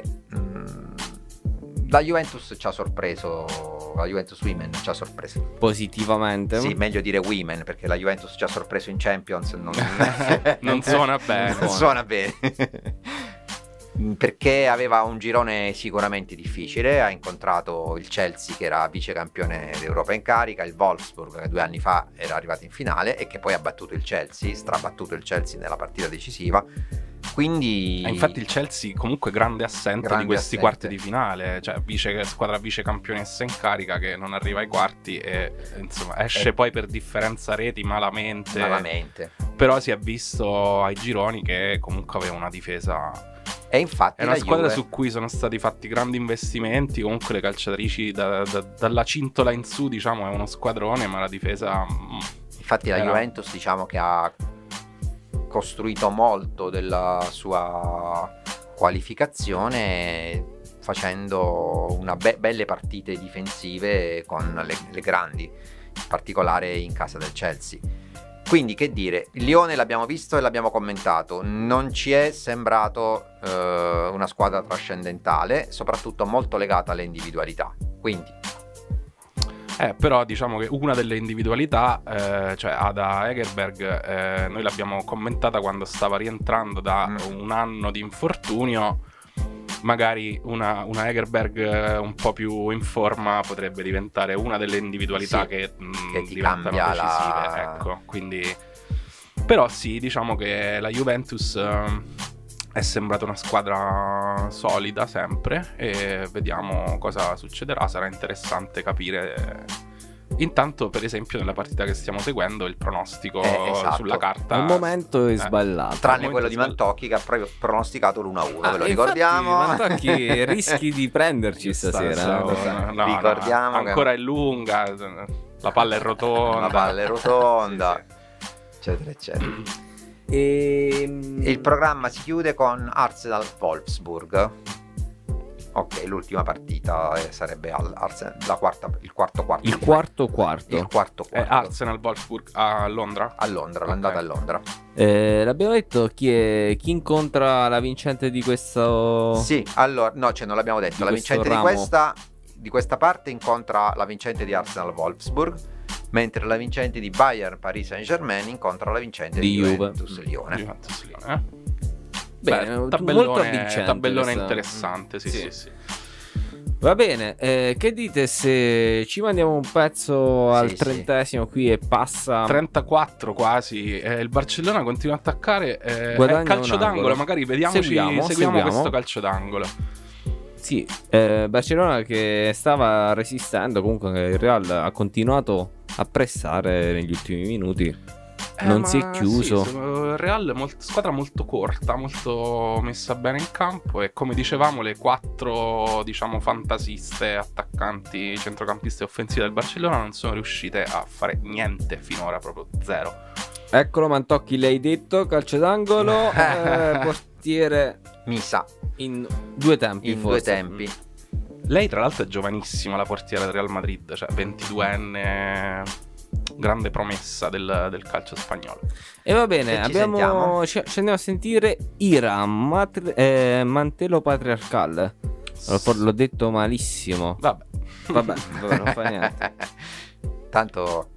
la Juventus ci ha sorpreso, la Juventus Women ci ha sorpreso positivamente. Sì, meglio dire Women, perché la Juventus ci ha sorpreso in Champions non suona bene. Non suona bene. Perché aveva un girone sicuramente difficile. Ha incontrato il Chelsea, che era vice campione d'Europa in carica, il Wolfsburg, che 2 anni fa era arrivato in finale e che poi ha battuto il Chelsea, strabattuto il Chelsea nella partita decisiva. quindi E infatti il Chelsea comunque grande assente di questi quarti di finale, cioè squadra vice campionessa in carica che non arriva ai quarti e insomma esce poi per differenza reti malamente. Però si è visto ai gironi che comunque aveva una difesa. E infatti è una squadra su cui sono stati fatti grandi investimenti. Comunque le calciatrici dalla cintola in su, diciamo, è uno squadrone, ma la difesa infatti la Juventus, diciamo, che ha costruito molto della sua qualificazione facendo belle partite difensive con le grandi, in particolare in casa del Chelsea. Quindi che dire, il Lione l'abbiamo visto e l'abbiamo commentato, non ci è sembrato una squadra trascendentale, soprattutto molto legata alle individualità. Quindi però diciamo che una delle individualità, cioè Ada Hegerberg, noi l'abbiamo commentata quando stava rientrando da un anno di infortunio. Magari una Hegerberg un po' più in forma potrebbe diventare una delle individualità che ti diventano cambia decisive, ecco. Quindi, però sì, diciamo che la Juventus è sembrata una squadra solida sempre e vediamo cosa succederà. Sarà interessante capire. Intanto, per esempio, nella partita che stiamo seguendo, il pronostico sulla carta al momento è sballato. Tranne quello di Mantocchi che ha pronosticato l'1-1, ve lo ricordiamo. Mantocchi rischi di prenderci stasera. No, ricordiamo ancora è lunga, la palla è rotonda. Eccetera, eccetera. E il programma si chiude con Arsenal-Wolfsburg. Ok, l'ultima partita sarebbe il quarto quarto. È Arsenal-Wolfsburg a Londra? A Londra, l'andata a Londra. L'abbiamo detto chi incontra la vincente di questo? Sì, allora, no, non l'abbiamo detto. La vincente di questa parte incontra la vincente di Arsenal-Wolfsburg, mentre la vincente di Bayern-Paris Saint-Germain incontra la vincente di Juventus-Lione. Bene, molto avvincente, tabellone interessante, sì. Va bene, che dite se ci mandiamo un pezzo al 30esimo qui e passa 34 quasi, il Barcellona continua a attaccare, calcio d'angolo, magari seguiamo questo calcio d'angolo. Sì, Barcellona che stava resistendo, comunque il Real ha continuato a pressare negli ultimi minuti. Non si è chiuso. Sì, Real squadra molto corta, molto messa bene in campo e come dicevamo le 4 diciamo fantasiste, attaccanti, centrocampiste offensive del Barcellona non sono riuscite a fare niente finora, proprio zero. Eccolo Mantocchi, l'hai detto, calcio d'angolo, portiere Misa in 2 tempi. In 2 tempi. Lei tra l'altro è giovanissima, la portiera del Real Madrid, cioè 22enne, grande promessa del calcio spagnolo. E va bene, ci andiamo a sentire Ira Mantello Patriarcal. L'ho detto malissimo. Vabbè, non fa niente. Tanto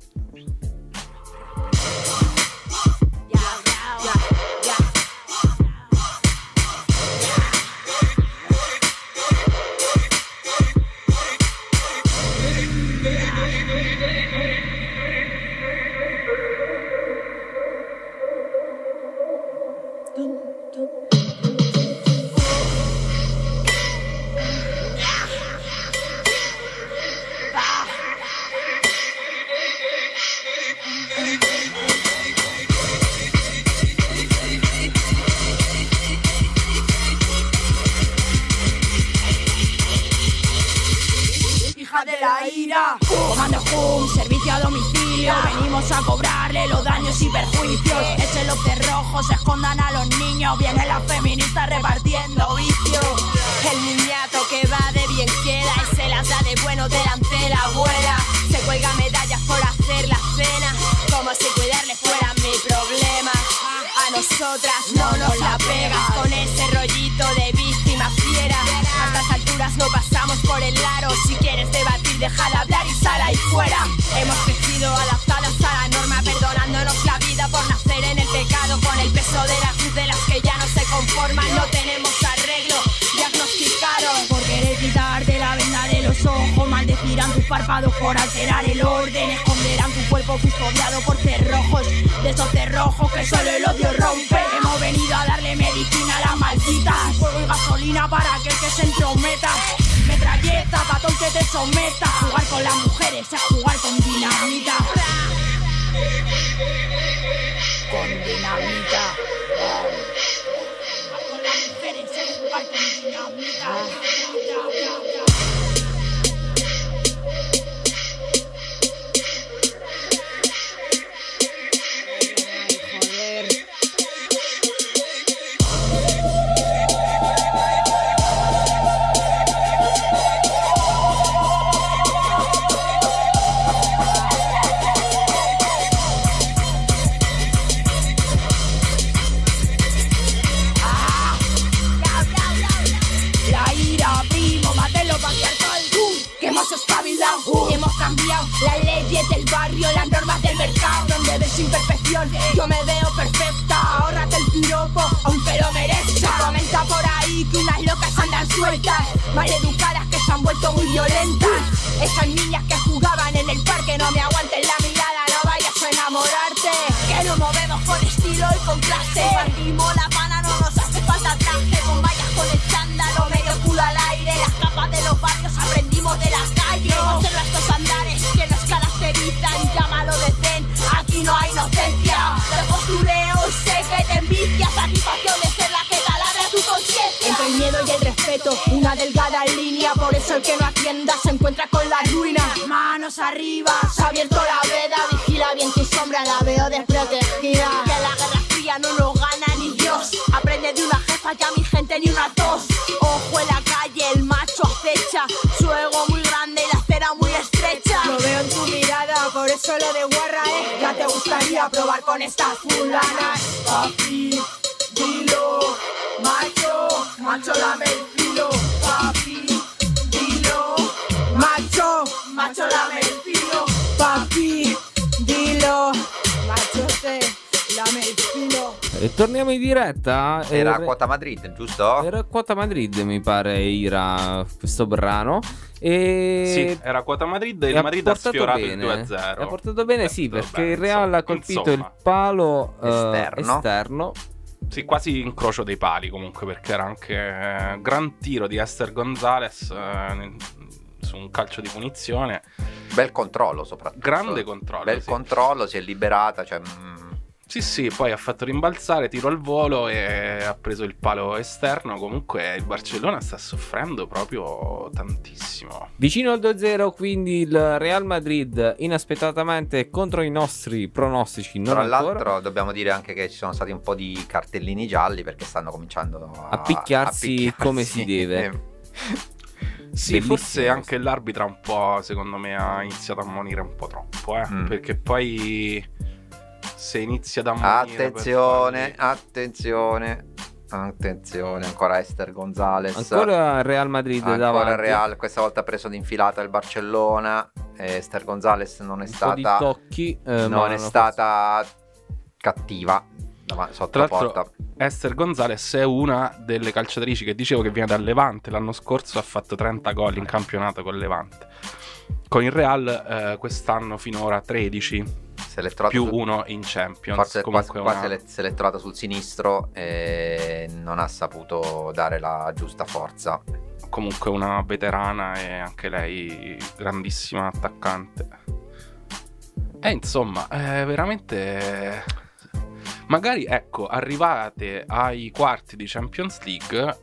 Comando Hum, servicio a domicilio. Venimos a cobrarle los daños y perjuicios. Echen los cerrojos, escondan a los niños. Vienen las feministas repartiendo vicios. El niñato que va de bien queda y se las da de bueno delante la abuela. Se cuelga medallas por hacer la cena, como si cuidarle fuera mi problema. A nosotras no nos la pegas con ese rollito de víctima fiera. A estas alturas no pasamos por el aro. Si quieres debatir, deja de hablar y sal ahí fuera. Hemos crecido adaptados a la norma, perdonándonos la vida por nacer en el pecado. Con el peso de la cruz de las que ya no se conforman. No tenemos arreglo, diagnosticaron. Por querer quitarte la venda de los ojos, maldecirán tus párpados por alterar el orden. Esconderán tu cuerpo custodiado por cerrojos, de esos cerrojos que solo el odio rompe. Hemos venido a darle medicina metas. Fuego y gasolina para aquel que se entrometa. Metralleta pa' todo el que te someta. Jugar con las mujeres es jugar con dinamita. Con dinamita. Jugar con las mujeres es jugar con dinamita. Hemos cambiado las leyes del barrio, las normas del mercado. Donde ves imperfección, yo me veo perfecta. Ahórrate el piropo, aunque lo merezca. Comenta por ahí que unas locas andan sueltas, maleducadas que se han vuelto muy violentas. Esas niñas que jugaban en el parque, no me aguanten la mirada, no vayas a enamorarte. Que nos movemos con estilo y con clase. Partimos la pana, no nos hace falta traje. Con vallas con el chándalo, medio culo al aire. Las capas de los barrios aprendimos de la calle. Observa estos andares que nos caracterizan, llámalo de zen, aquí no hay inocencia. Te postureo y sé que te envidia. Satisfacción de ser la que taladra tu conciencia. Entre el miedo y el respeto, una delgada línea. Por eso el que no atienda se encuentra con la ruina. Manos arriba, se ha abierto la veda. Vigila bien tu sombra, la veo desprotegida. Que a la guerra fría no nos gana ni Dios. Aprende de una jefa, ya mi gente ni una tos. Ojo en la calle, el macho acecha. Su ego muy grande y la acera muy estrecha. Lo veo en tu mirada, por eso lo de guarra, ya te gustaría probar con estas fulanas. Papi, dilo, macho, macho dame el filo. Papi, dilo, macho, macho dame el filo. Papi, dilo, macho te dame il filo. E torniamo in diretta. Era Quota Madrid, giusto? Era Quota Madrid, mi pare, era questo brano. E Sì, era Quota Madrid e il Madrid ha sfiorato il 2-0. Ha portato bene, sì, perché bene, il Real ha colpito il palo esterno. Sì, quasi incrocio dei pali comunque, perché era anche gran tiro di Esther Gonzalez su un calcio di punizione. Bel controllo soprattutto. Grande controllo. Bel sì. controllo, si è liberata, cioè... Sì, poi ha fatto rimbalzare, tiro al volo e ha preso il palo esterno. Comunque il Barcellona sta soffrendo proprio tantissimo. Vicino al 2-0, quindi il Real Madrid inaspettatamente contro i nostri pronostici. Non Tra ancora. l'altro dobbiamo dire anche che ci sono stati un po' di cartellini gialli, perché stanno cominciando a picchiarsi come si deve. Sì, Bellissimo. forse anche l'arbitra un po', secondo me, ha iniziato a ammonire un po' troppo, perché poi se inizia ad ammonire... Attenzione, ancora Esther Gonzalez. Ancora Real Madrid ancora davanti. Real, questa volta ha preso d'infilata il Barcellona. Esther Gonzalez non è stata... Un po' di tocchi, non è stata cattiva sotto Tra l'altro, porta. Esther Gonzalez è una delle calciatrici che dicevo che viene dal Levante. L'anno scorso ha fatto 30 gol in campionato con Levante. Con il Real quest'anno finora 13 più uno in Champions. Forse comunque qua se l'è trovata sul sinistro e non ha saputo dare la giusta forza. Comunque una veterana e anche lei grandissima attaccante. E insomma, veramente... Magari, ecco, arrivate ai quarti di Champions League,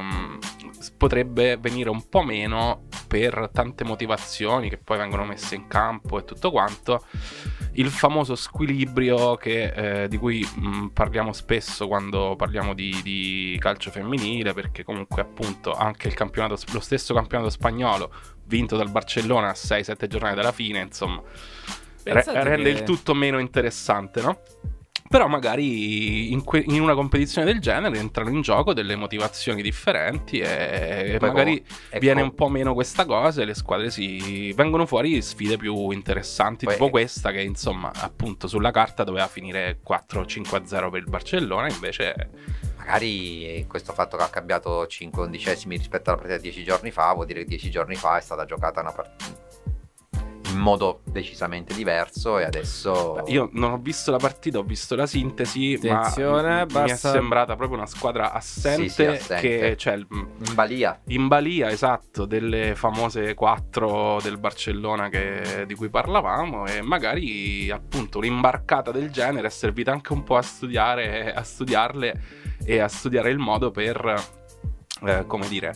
potrebbe venire un po' meno, per tante motivazioni che poi vengono messe in campo e tutto quanto, il famoso squilibrio di cui parliamo spesso quando parliamo di calcio femminile, perché comunque appunto anche lo stesso campionato spagnolo vinto dal Barcellona a 6-7 giornate dalla fine, insomma, rende il tutto meno interessante, no? Però magari in una competizione del genere entrano in gioco delle motivazioni differenti e magari viene un po' meno questa cosa e le squadre vengono fuori sfide più interessanti, tipo questa che insomma appunto sulla carta doveva finire 4-5-0 per il Barcellona, invece... Magari questo fatto che ha cambiato 5 undicesimi rispetto alla partita di 10 giorni fa vuol dire che 10 giorni fa è stata giocata una partita. in modo decisamente diverso, e adesso Io non ho visto la partita, ho visto la sintesi, Attenzione, ma mi è sembrata proprio una squadra assente, Sì, assente. che cioè, in balia. in balia, esatto, delle famose 4 del Barcellona di cui parlavamo, e magari appunto un'imbarcata del genere è servita anche un po' a studiarle e a studiare il modo per, come dire,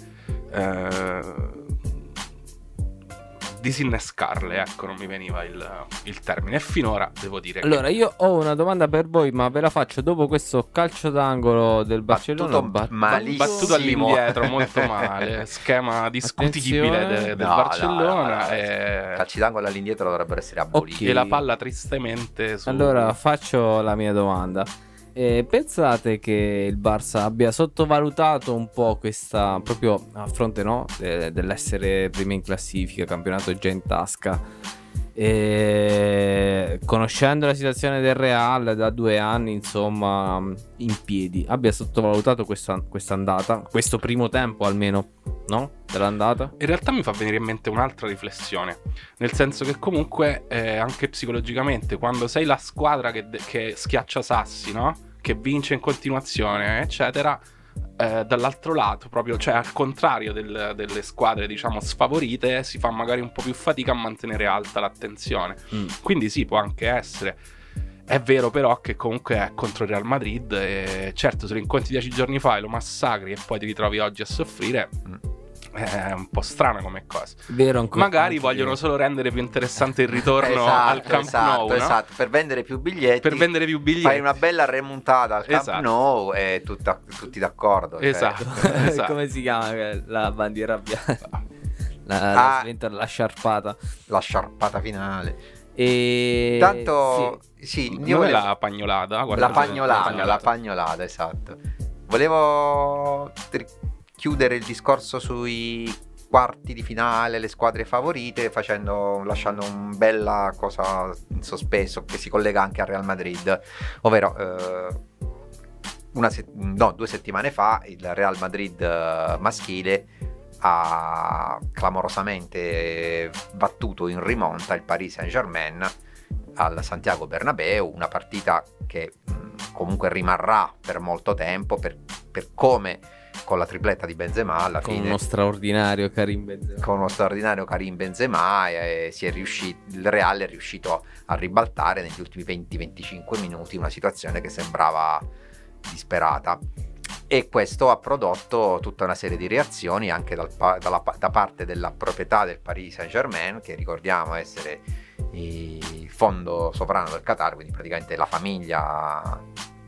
disinnescarle, ecco, non mi veniva il termine. E finora devo dire Allora, io ho una domanda per voi, ma ve la faccio dopo questo calcio d'angolo del Barcellona. malissimo. battuto all'indietro molto male, schema discutibile Attenzione. del No, Barcellona, no, e calci d'angolo all'indietro dovrebbero essere aboliti. e la palla tristemente su... Allora, faccio la mia domanda. Pensate che il Barça abbia sottovalutato un po' questa, proprio a fronte, no, dell'essere prima in classifica, campionato già in tasca, conoscendo la situazione del Real da 2 anni, insomma, in piedi, abbia sottovalutato questa andata, questo primo tempo almeno, no? Dell'andata? In realtà mi fa venire in mente un'altra riflessione, nel senso che comunque anche psicologicamente, quando sei la squadra che schiaccia sassi, no? Che vince in continuazione, eccetera, dall'altro lato, proprio, cioè al contrario delle squadre, diciamo, sfavorite, si fa magari un po' più fatica a mantenere alta l'attenzione. Quindi sì, può anche essere. È vero però che comunque è contro il Real Madrid, e certo, se lo incontri 10 giorni fa e lo massacri e poi ti ritrovi oggi a soffrire, è un po' strana come cosa. Vero, ancora. Magari Anche vogliono vero. solo rendere più interessante il ritorno al Camp Nou, no? Esatto, per vendere più biglietti. Per vendere più biglietti. Fai una bella remontata al Camp Esatto. Nou e tutti d'accordo. cioè. Esatto, esatto. Come si chiama la bandiera bianca? La sciarpata. La sciarpata finale. E Tanto sì, io Non è volevo- la pagnolata, guarda, la pagnolata, esatto. Volevo chiudere il discorso sui quarti di finale, le squadre favorite, lasciando un bella cosa in sospeso che si collega anche al Real Madrid, ovvero 2 settimane fa il Real Madrid maschile ha clamorosamente battuto in rimonta il Paris Saint-Germain al Santiago Bernabéu, una partita che comunque rimarrà per molto tempo per come con la tripletta di Benzema alla con fine, uno straordinario Karim Benzema, e il Real è riuscito a ribaltare negli ultimi 20-25 minuti una situazione che sembrava disperata, e questo ha prodotto tutta una serie di reazioni anche da parte della proprietà del Paris Saint-Germain, che ricordiamo essere il fondo sovrano del Qatar, quindi praticamente la famiglia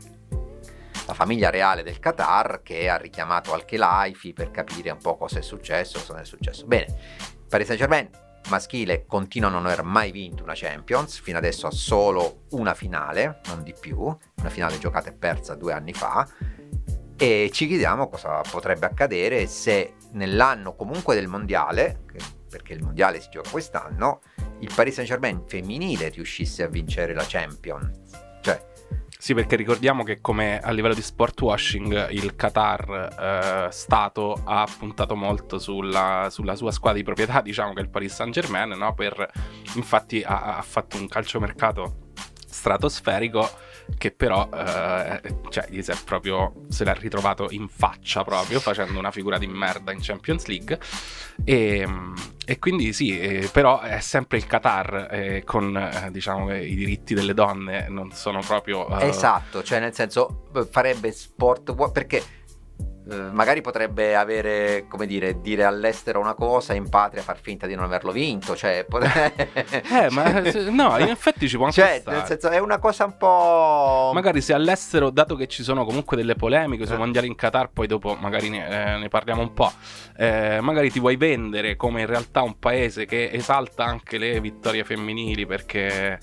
reale del Qatar, che ha richiamato Al-Khelaifi per capire un po' cosa è successo, cosa non è successo. Bene, Paris Saint-Germain maschile continua a non aver mai vinto una Champions, fino adesso ha solo una finale, non di più, una finale giocata e persa 2 anni fa, e ci chiediamo cosa potrebbe accadere se nell'anno comunque del mondiale, perché il mondiale si gioca quest'anno, il Paris Saint-Germain femminile riuscisse a vincere la Champions. Cioè, sì, perché ricordiamo che come a livello di sport washing il Qatar Stato ha puntato molto sulla sua squadra di proprietà, diciamo che è il Paris Saint-Germain, no? Infatti ha fatto un calciomercato stratosferico che però gli se l'ha ritrovato in faccia, proprio facendo una figura di merda in Champions League, e quindi sì, però è sempre il Qatar, con diciamo i diritti delle donne non sono proprio esatto, cioè nel senso farebbe sport perché magari potrebbe avere, come dire all'estero una cosa e in patria far finta di non averlo vinto, cioè ma no, in effetti ci può anche cioè stare. nel senso è una cosa un po', magari se all'estero, dato che ci sono comunque delle polemiche sui mondiali in Qatar, poi dopo magari ne parliamo un po', magari ti vuoi vendere come in realtà un paese che esalta anche le vittorie femminili, perché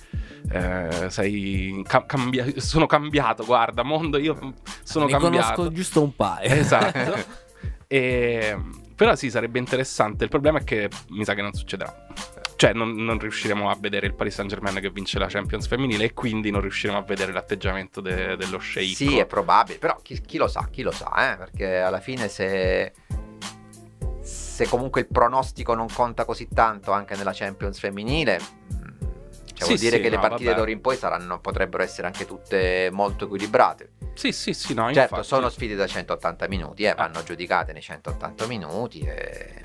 sono cambiato, guarda mondo, io sono ne cambiato, conosco giusto un paio. esatto. Però sì, sarebbe interessante. Il problema è che mi sa che non succederà, cioè non riusciremo a vedere il Paris Saint-Germain che vince la Champions femminile, e quindi non riusciremo a vedere l'atteggiamento dello sceicco. sì, è probabile, però chi lo sa, perché alla fine se se comunque il pronostico non conta così tanto anche nella Champions femminile, cioè vuol dire che le partite d'ora in poi potrebbero essere anche tutte molto equilibrate. Sì, no, certo, infatti. sono sfide da 180 minuti, vanno giudicate nei 180 minuti e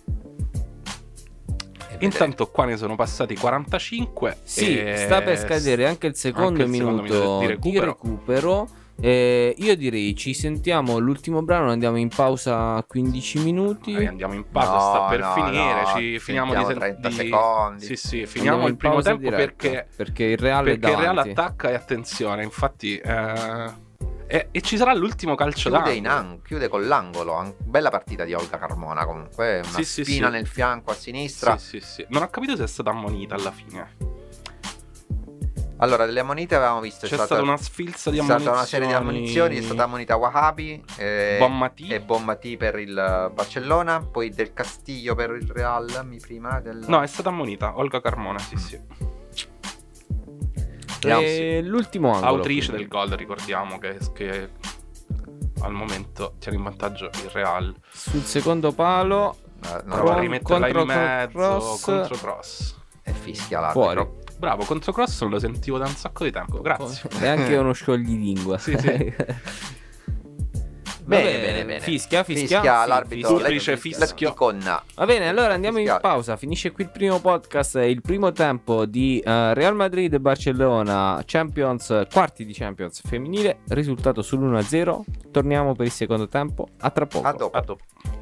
intanto qua ne sono passati 45. Sì, sta per scadere anche il secondo minuto di recupero. Io direi ci sentiamo l'ultimo brano, andiamo in pausa 15 minuti. Andiamo in pausa, sta per finire. Finiamo di 30 secondi. Sì, finiamo il primo tempo perché il Real il Real attacca e attenzione, infatti e ci sarà l'ultimo calcio d'angolo. Chiude con l'angolo. Bella partita di Olga Carmona comunque. Una spina nel fianco a sinistra. Sì. Non ho capito se è stata ammonita alla fine. Allora, delle ammonite avevamo visto. C'è stata una sfilza di ammonizioni. È stata una serie di ammonizioni. È stata ammonita Wahhabi e Bonmatí per il Barcellona. Poi Del Castillo per il Real. No, è stata ammonita Olga Carmona, sì. L'ultimo angolo, autrice del gol, ricordiamo che al momento tiene in vantaggio il Real sul secondo palo. Prova a rimetterla in mezzo, contro cross e fischia l'arbitro. Bravo, contro cross non lo sentivo da un sacco di tempo, grazie. È anche uno scioglilingua. Sì. Bene. Fischia l'arbitro. Fischio. Va bene, allora andiamo in pausa. Finisce qui il primo podcast, il primo tempo di Real Madrid e Barcellona Champions, quarti di Champions femminile, risultato sull'1-0. Torniamo per il secondo tempo. A tra poco. A dopo.